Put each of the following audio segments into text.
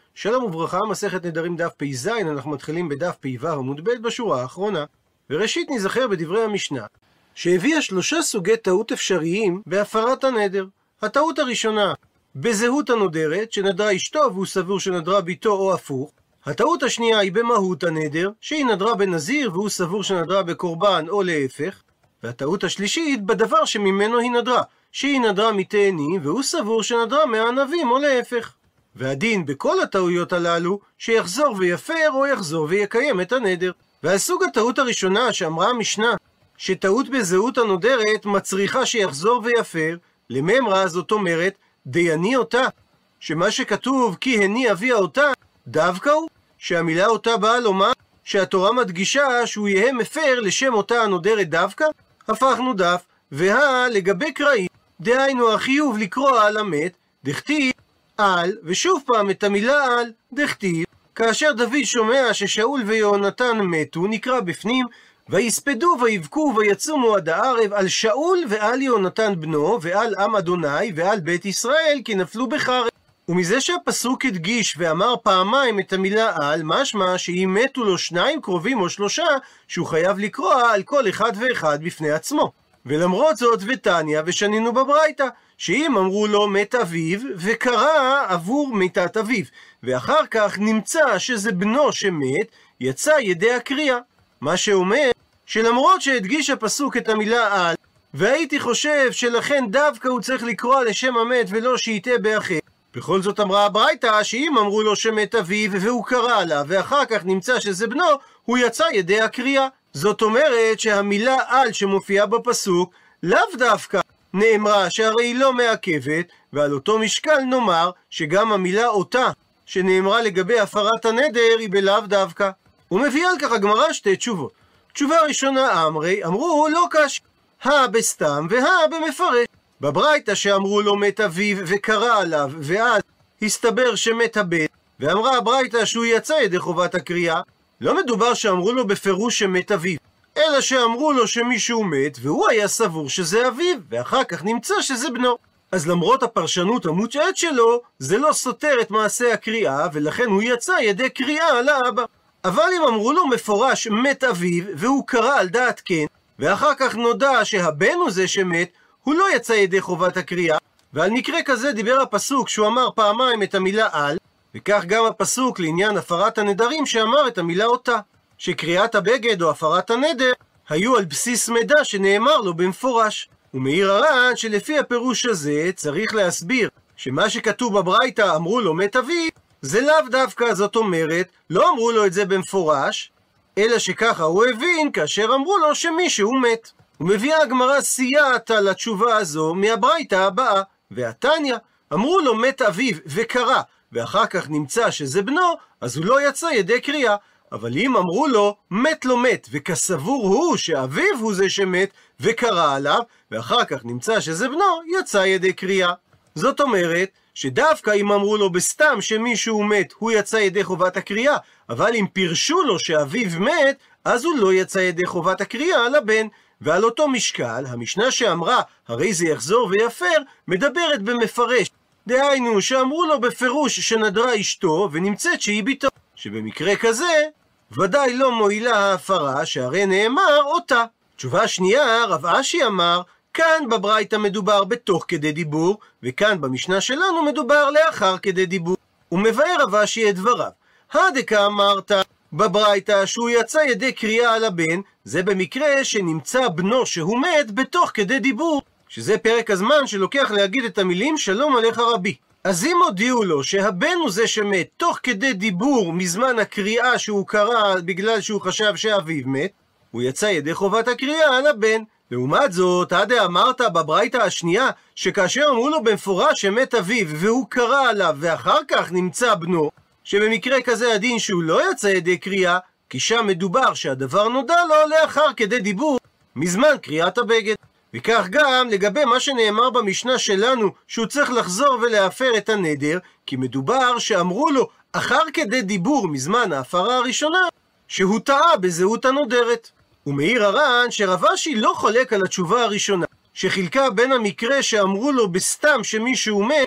שלום וברכה, מסכת נדרים דף פ"ז, אנחנו מתחילים בדף פ"ו עמוד ב' בשורה האחרונה. וראשית נזכר בדברי המשנה, שהביאה 3 סוגי טעות אפשריים בהפרת הנדר. הטעות הראשונה, בזהות הנודרת, שנדרה אשתו והוא סבור שנדרה ביתו או הפוך. הטעות השנייה היא במהות הנדר, שהיא נדרה בנזיר והוא סבור שנדרה בקורבן או להפך. והטעות השלישית, בדבר שממנו היא נדרה, שהיא נדרה מתאנים והוא סבור שנדרה מהענבים או להפך. והדין בכל הטעויות הללו, שיחזור ויפר או יחזור ויקיים את הנדר. והסוג הטעות הראשונה שאמרה המשנה, שטעות בזהות הנודרת מצריכה שיחזור ויפר, לממרה זאת אומרת, דייני אותה, שמה שכתוב כי הני אביה אותה, דווקא הוא, שהמילה אותה באה לומר, שהתורה מדגישה שהוא יהיה מפר לשם אותה הנודרת דווקא. הפכנו דף, לגבי קראי, דהיינו החיוב לקרוא על המת, דכתיב על, ושוב פעם את המילה על, דכתיב, כאשר דוד שומע ששאול ויהונתן מתו, נקרא בפנים, ויספדו ויבכו ויצומו עד הערב על שאול ועל יהונתן בנו ועל עם אדוני ועל בית ישראל כי נפלו בחרב. ומזה שהפסוק הדגיש ואמר פעמיים את המילה על, משמע שאם מתו לו 2 קרובים או 3, שהוא חייב לקרוא על כל אחד ואחד בפני עצמו. ולמרות זאת ותניא ושנינו בברייתא, שאם אמרו לו מת אביו וקרא עבור מיתת אביו, ואחר כך נמצא שזה בנו שמת, יצא ידי הקריאה. מה שאומר שלמרות שהדגיש הפסוק את המילה על, והייתי חושב שלכן דווקא הוא צריך לקרוא לשם המת ולא שיטעה באחר, בכל זאת אמרה הברייתא שאם אמרו לו שמת אביו והוא קרא עליו ואחר כך נמצא שזה בנו, הוא יצא ידי הקריאה. זאת אומרת שהמילה על שמופיעה בפסוק לאו דווקא נאמרה שהרי היא לא מעכבת, ועל אותו משקל נאמר שגם המילה אותה שנאמרה לגבי הפרת הנדר היא בלאו דווקא. הוא מביא על כך הגמרא 2 תשובות. תשובה ראשונה אמרו לא קש, בסתם במפרש. בברייתא שאמרו לו מת אביו וקרא עליו ואז הסתבר שמת הבן, ואמרה הברייתא שהוא יצא ידי חובת הקריאה, לא מדובר שאמרו לו בפירוש שמת אביו, אלא שאמרו לו שמישהו מת והוא היה סבור שזה אביו ואחר כך נמצא שזה בנו. אז למרות הפרשנות המוטעית שלו, זה לא סותר את מעשה הקריאה, ולכן הוא יצא ידי קריאה לאבא. אבל אם אמרו לו מפורש מת אביו והוא קרא על דעת כן, ואחר כך נודע שהבן הוא זה שמת, הוא לא יצא ידי חובת הקריאה. ועל מקרה כזה דיבר הפסוק שהוא אמר פעמיים את המילה על, וכך גם הפסוק לעניין הפרת הנדרים שאמר את המילה אותה, שקריאת הבגד או הפרת הנדר היו על בסיס מידע שנאמר לו במפורש. ומעיר הר"ן שלפי הפירוש הזה צריך להסביר שמה שכתוב בברייתא אמרו לו מת אביו, זה לאו דווקא, זאת אומרת לא אמרו לו את זה במפורש, אלא שככה הוא הבין כאשר אמרו לו שמישהו מת. ומביאה הגמרא סייעתא לתשובה הזו מהברייתא הבאה, והתניא אמרו לו מת אביו וקרא ואחר כך נמצא שזה בנו, אז הוא לא יצא ידי קריאה. אבל אם אמרו לו מת לא מת וכסבור הוא שאביו הוא זה שמת וקרא עליו ואחר כך נמצא שזה בנו, יצא ידי קריאה. זאת אומרת שדווקא אם אמרו לו בסתם שמישהו מת הוא יצא ידי חובת הקריאה, אבל אם פירשו לו שאביו מת אז הוא לא יצא ידי חובת הקריאה על הבן. ועל אותו משקל המשנה שאמרה הרי זה יחזור ויפר מדברת במפרש, דהיינו שאמרו לו בפירוש שנדרה אשתו ונמצאת שהיא ביתו, שבמקרה כזה ודאי לא מועילה ההפרה שהרי נאמר אותה. תשובה שנייה, רב אשי אמר כאן בברייתא מדובר בתוך כדי דיבור, וכאן במשנה שלנו מדובר לאחר כדי דיבור. ומבאר רב אשי את דבריו, הדקה אמרת בברייתא שהוא יצא ידי קריאה על הבן, זה במקרה שנמצא בנו שהוא מת בתוך כדי דיבור, שזה פרק הזמן שלוקח להגיד את המילים שלום עליך רבי. אז אם הודיעו לו שהבן הוא זה שמת תוך כדי דיבור מזמן הקריאה שהוא קרא בגלל שהוא חשב שאביו מת, הוא יצא ידי חובת הקריאה על הבן. לעומת זאת, עדה אמרת בברייתא השנייה שכאשר אמרו לו במפורש שמת אביו והוא קרא עליו ואחר כך נמצא בנו, שבמקרה כזה הדין שהוא לא יצא ידי קריאה, כי שם מדובר שהדבר נודע לו לאחר כדי דיבור מזמן קריאת הבגד. וכך גם לגבי מה שנאמר במשנה שלנו שהוא צריך לחזור ולהפר את הנדר, כי מדובר שאמרו לו אחר כדי דיבור מזמן ההפרה הראשונה שהוא טעה בזהות הנודרת. ומעיר הר"ן שרב אשי לא חולק על התשובה הראשונה, שחילקה בין המקרה שאמרו לו בסתם שמישהו מת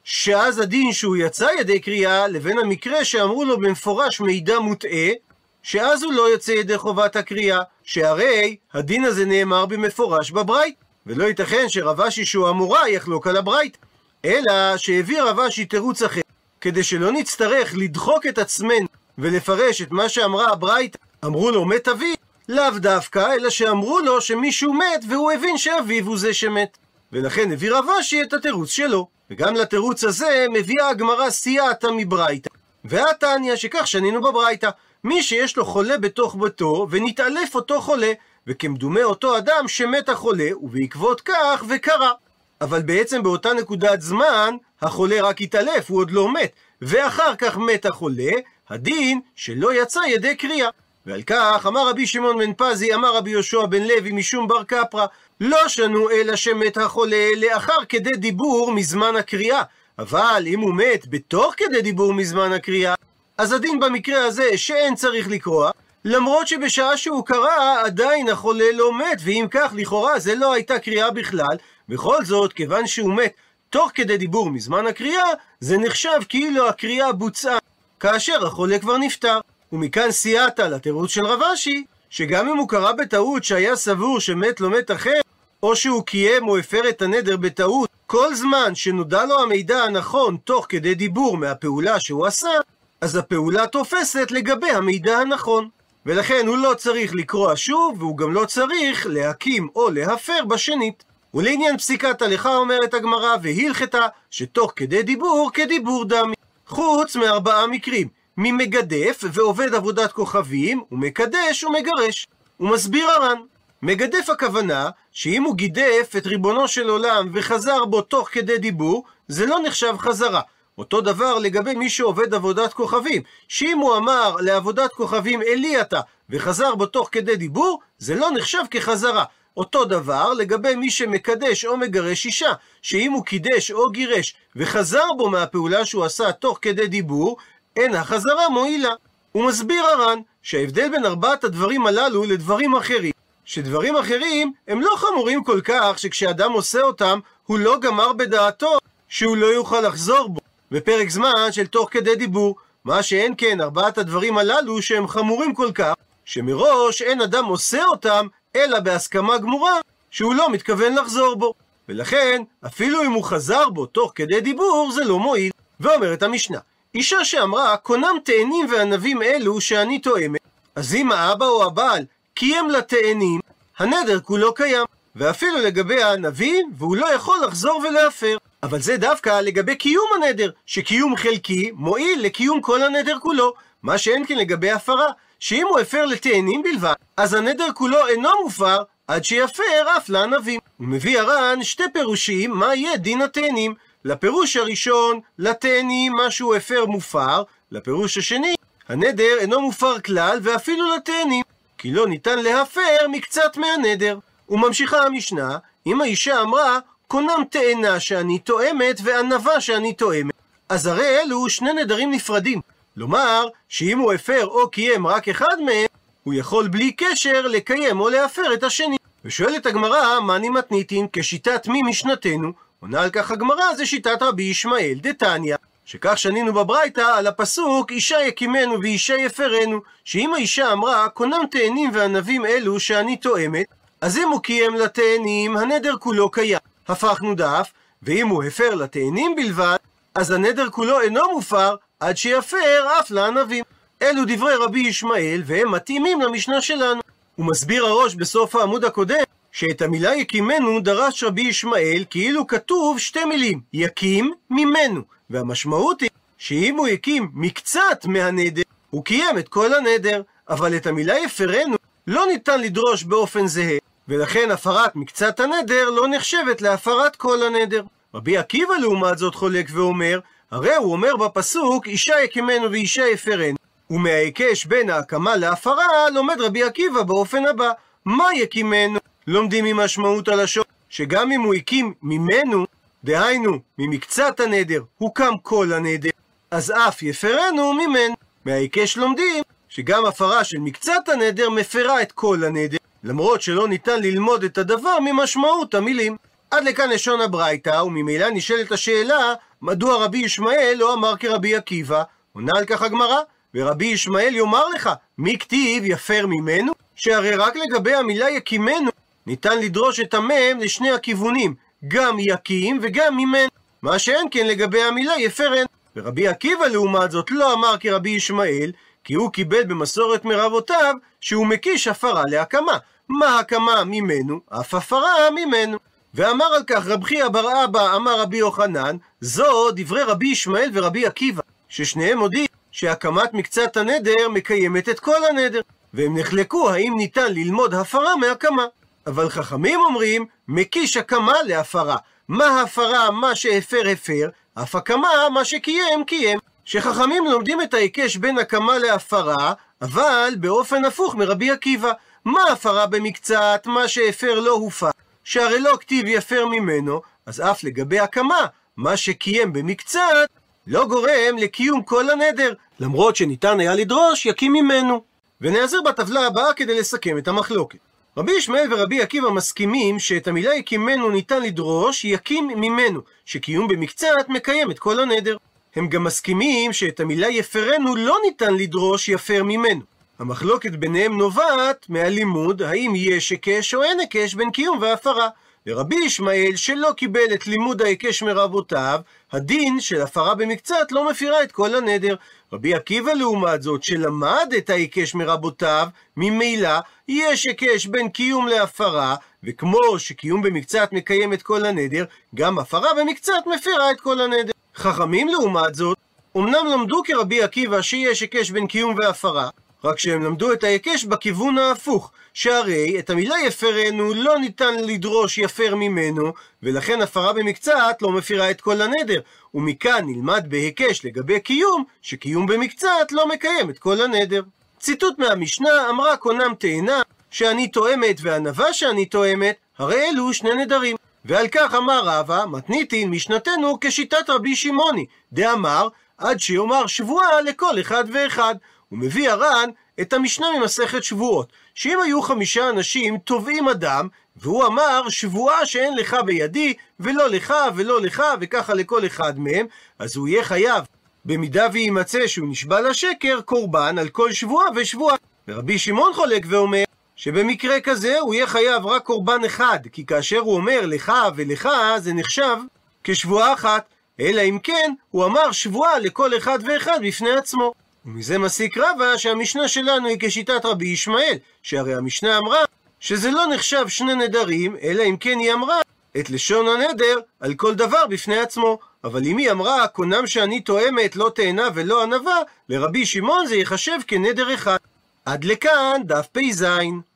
שאז הדין שהוא יצא ידי קריאה, לבין המקרה שאמרו לו במפורש מידע מוטעה, שאז הוא לא יוצא ידי חובת הקריאה, שהרי הדין הזה נאמר במפורש בברייתא, ולא ייתכן שרב אשי שהוא אמורה יחלוק על הברייתא, אלא שהביא רב אשי תירוץ אחר, כדי שלא נצטרך לדחוק את עצמנו ולפרש את מה שאמרה הברייתא, אמרו לו מת אביו, לאו דווקא, אלא שאמרו לו שמישהו מת והוא הבין שאביו הוא זה שמת. ולכן הביא רב אשי את התירוץ שלו. וגם לתירוץ הזה מביאה הגמרא סייעתא מברייתא. והתניא שכך שנינו בברייתא, מי שיש לו חולה בתוך ביתו ונתעלף אותו חולה, וכמדומה אותו אדם שמת החולה, ובעקבות כך וקרה. אבל בעצם באותה נקודת זמן, החולה רק התעלף, הוא עוד לא מת, ואחר כך מת החולה, הדין שלא יצא ידי קריאה. ועל כך אמר רבי שמעון בן פזי, אמר רבי יהושע בן לוי משום בר קפרא, לא שנו אלא שמת החולה לאחר כדי דיבור מזמן הקריאה. אבל אם הוא מת בתוך כדי דיבור מזמן הקריאה, אז הדין במקרה הזה שאין צריך לקרוא, למרות שבשעה שהוא קרא עדיין החולה לא מת, ואם כך לכאורה זה לא הייתה קריאה בכלל. בכל זאת, כיוון שהוא מת תוך כדי דיבור מזמן הקריאה, זה נחשב כאילו הקריאה בוצעה כאשר החולה כבר נפטר. ומכאן סייעתא לתירוץ של רב אשי, שגם אם הוא קרא בטעות שהיה סבור שמת לא מת אחר, או שהוא קיים או הפר את הנדר בטעות, כל זמן שנודע לו המידע הנכון תוך כדי דיבור מהפעולה שהוא עשה, אז הפעולה תופסת לגבי המידע הנכון. ולכן הוא לא צריך לקרוא שוב, והוא גם לא צריך להקים או להפר בשנית. ולעניין פסיקת הלכה אומרת הגמרא, והלכתה שתוך כדי דיבור כדיבור דמי. חוץ מ4 מקרים, ממגדף ועובד עבודת כוכבים, ומקדש ומגרש. הוא מסביר הר"ן, מגדף הכוונה שאם הוא גידף את ריבונו של עולם וחזר בו תוך כדי דיבור, זה לא נחשב חזרה. אותו דבר לגבי מי שעובד עבודת כוכבים, שאם הוא אמר לעבודת כוכבים אלי אתה וחזר בו תוך כדי דיבור, זה לא נחשב כחזרה. אותו דבר לגבי מי שמקדש או מגרש אישה, שאם הוא קידש או גירש וחזר בו מהפעולה שהוא עשה תוך כדי דיבור, אין החזרה מועילה. הוא מסביר הר"ן שההבדל בין 4 הדברים הללו לדברים אחרים, שדברים אחרים הם לא חמורים כל כך שכשאדם עושה אותם הוא לא גמר בדעתו שהוא לא יוכל לחזור בו בפרק זמן של תוך כדי דיבור, מה שאין כן 4 הדברים הללו שהם חמורים כל כך שמראש אין אדם עושה אותם אלא בהסכמה גמורה שהוא לא מתכוון לחזור בו, ולכן אפילו אם הוא חזר בו תוך כדי דיבור זה לא מועיל. ואומרת המשנה, אישה שאמרה קונם תאנים וענבים אלו שאני תואמת, אז אם האבא או הבעל קיים לתאנים, הנדר כולו קיים, ואפילו לגבי הענבים, והוא לא יכול לחזור ולהפר. אבל זה דווקא לגבי קיום הנדר, שקיום חלקי מועיל לקיום כל הנדר כולו, מה שאין כן לגבי הפרה, שאם הוא הפר לתאנים בלבד, אז הנדר כולו אינו מופר עד שיפר אף לענבים. הוא מביא הר"ן 2 פירושים מה יהיה דין התאנים. לפירוש הראשון, לתאנים מה שהוא הפר מופר, לפירוש השני, הנדר אינו מופר כלל ואפילו לתאנים, כי לא ניתן להפר מקצת מהנדר. וממשיכה המשנה, אם האישה אמרה, קונם תאנה שאני תואמת וענבה שאני תואמת, אז הרי אלו 2 נדרים נפרדים. לומר שאם הוא הפר או קיים רק אחד מהם, הוא יכול בלי קשר לקיים או להפר את השני. ושואלת הגמרא, מני מתניתין כשיטת מי משנתנו? עונה על כך הגמרא, זה שיטת רבי ישמעאל דתניא, שכך שנינו בברייתא על הפסוק אישה יקימנו ואישה יפרנו, שאם האישה אמרה קונם תאנים וענבים אלו שאני תואמת, אז אם הוא קיים לתאנים הנדר כולו קיים, הפכנו דף, ואם הוא הפר לתאנים בלבד, אז הנדר כולו אינו מופר עד שיפר אף לענבים. אלו דברי רבי ישמעאל והם מתאימים למשנה שלנו. הוא מסביר הראש בסוף העמוד הקודם שאת המילה יקימנו דרש רבי ישמעאל כאילו כתוב 2 מילים, יקים ממנו, והמשמעות היא שאם הוא יקים מקצת מהנדר, הוא קיים את כל הנדר, אבל את המילה יפרנו לא ניתן לדרוש באופן זהה, ולכן הפרת מקצת הנדר לא נחשבת להפרת כל הנדר. רבי עקיבא לעומת זאת חולק ואומר, הרי הוא אומר בפסוק אישה יקימנו ואישה יפרנו, ומההיקש בין ההקמה להפרה לומד רבי עקיבא באופן הבא, מה יקימנו? לומדים ממשמעות הלשון שגם אם הוא הקים ממנו, דהיינו ממקצת הנדר הוקם כל הנדר, אז אף יפרנו ממנו. מההיקש לומדים שגם הפרה של מקצת הנדר מפרה את כל הנדר, למרות שלא ניתן ללמוד את הדבר ממשמעות המילים. עד לכאן לשון הברייתא, וממילא נשאלת השאלה, מדוע רבי ישמעאל לא אמר כרבי עקיבא? עונה על כך הגמרא, ורבי ישמעאל יאמר לך, מי כתיב יפר ממנו? שהרי רק לגבי המילה יקימנו, ניתן לדרוש את המם לשני הכיוונים, גם יקים וגם ממנו. מה שאין כן לגבי המילה יפרן. ורבי עקיבא לעומת זאת לא אמר כרבי ישמעאל, כי הוא קיבל במסורת מרבותיו שהוא מקיש הפרה להקמה. מה הקמה ממנו? אף הפרה ממנו. ואמר על כך רב חייא בר אבא אמר רבי יוחנן, זו דברי רבי ישמעאל ורבי עקיבא, ששניהם מודיעים שהקמת מקצת הנדר מקיימת את כל הנדר, והם נחלקו האם ניתן ללמוד הפרה מהקמה. אבל חכמים אומרים, מקיש הקמה להפרה. מה הפרה? מה שהפר הפר, אף הקמה מה שקיים קיים. שחכמים לומדים את ההיקש בין הקמה להפרה, אבל באופן הפוך מרבי עקיבא. מה הפרה במקצת? מה שהפר לא הופר, שהרי לא כתיב יפר ממנו, אז אף לגבי הקמה, מה שקיים במקצת לא גורם לקיום כל הנדר, למרות שניתן היה לדרוש יקים ממנו. ונעזר בטבלה הבאה כדי לסכם את המחלוקת. רבי ישמעאל ורבי עקיבא מסכימים שאת המילה יקימנו ניתן לדרוש יקים ממנו, שקיום במקצת מקיים את כל הנדר. הם גם מסכימים שאת המילה יפרנו לא ניתן לדרוש יפר ממנו. המחלוקת ביניהם נובעת מהלימוד האם יש היקש או אין היקש בין קיום והפרה. לרבי ישמעאל שלא קיבל את לימוד ההיקש מרבותיו, הדין של הפרה במקצת לא מפירה את כל הנדר. רבי עקיבא לעומת זאת שלמד את ההיקש מרבותיו, ממילא יש היקש בין קיום להפרה, וכמו שקיום במקצת מקיים את כל הנדר, גם הפרה במקצת מפירה את כל הנדר. חכמים לעומת זאת אמנם למדו כרבי עקיבא שיש היקש בין קיום והפרה, רק שהם למדו את ההיקש בכיוון ההפוך, שהרי את המילה יפרנו לא ניתן לדרוש יפר ממנו, ולכן הפרה במקצת לא מפירה את כל הנדר, ומכאן נלמד בהיקש לגבי קיום, שקיום במקצת לא מקיים את כל הנדר. ציטוט מהמשנה, אמרה קונם תאנה, שאני תואמת וענווה שאני תואמת, הרי אלו שני נדרים. ועל כך אמר רבא, מתניתין משנתנו כשיטת רבי שמעוני, דאמר עד שיאמר שבועה לכל אחד ואחד. הוא מביא הר"ן את המשנה ממסכת שבועות, שאם היו 5 אנשים תובעים אדם, והוא אמר שבועה שאין לך בידי, ולא לך ולא לך, וככה לכל אחד מהם, אז הוא יהיה חייב, במידה וימצא שהוא נשבע לשקר, קורבן על כל שבועה ושבועה. ורבי שמעון חולק ואומר שבמקרה כזה הוא יהיה חייב רק קורבן אחד, כי כאשר הוא אומר לך ולך זה נחשב כשבועה אחת, אלא אם כן הוא אמר שבועה לכל אחד ואחד בפני עצמו. ומזה מסיק רבא שהמשנה שלנו היא כשיטת רבי ישמעאל, שהרי המשנה אמרה שזה לא נחשב שני נדרים, אלא אם כן היא אמרה את לשון הנדר על כל דבר בפני עצמו. אבל אם היא אמרה קונם שאני תואמת לא תאנה ולא ענווה, לרבי שמעון זה יחשב כנדר אחד. עד לכאן דף פ"ז.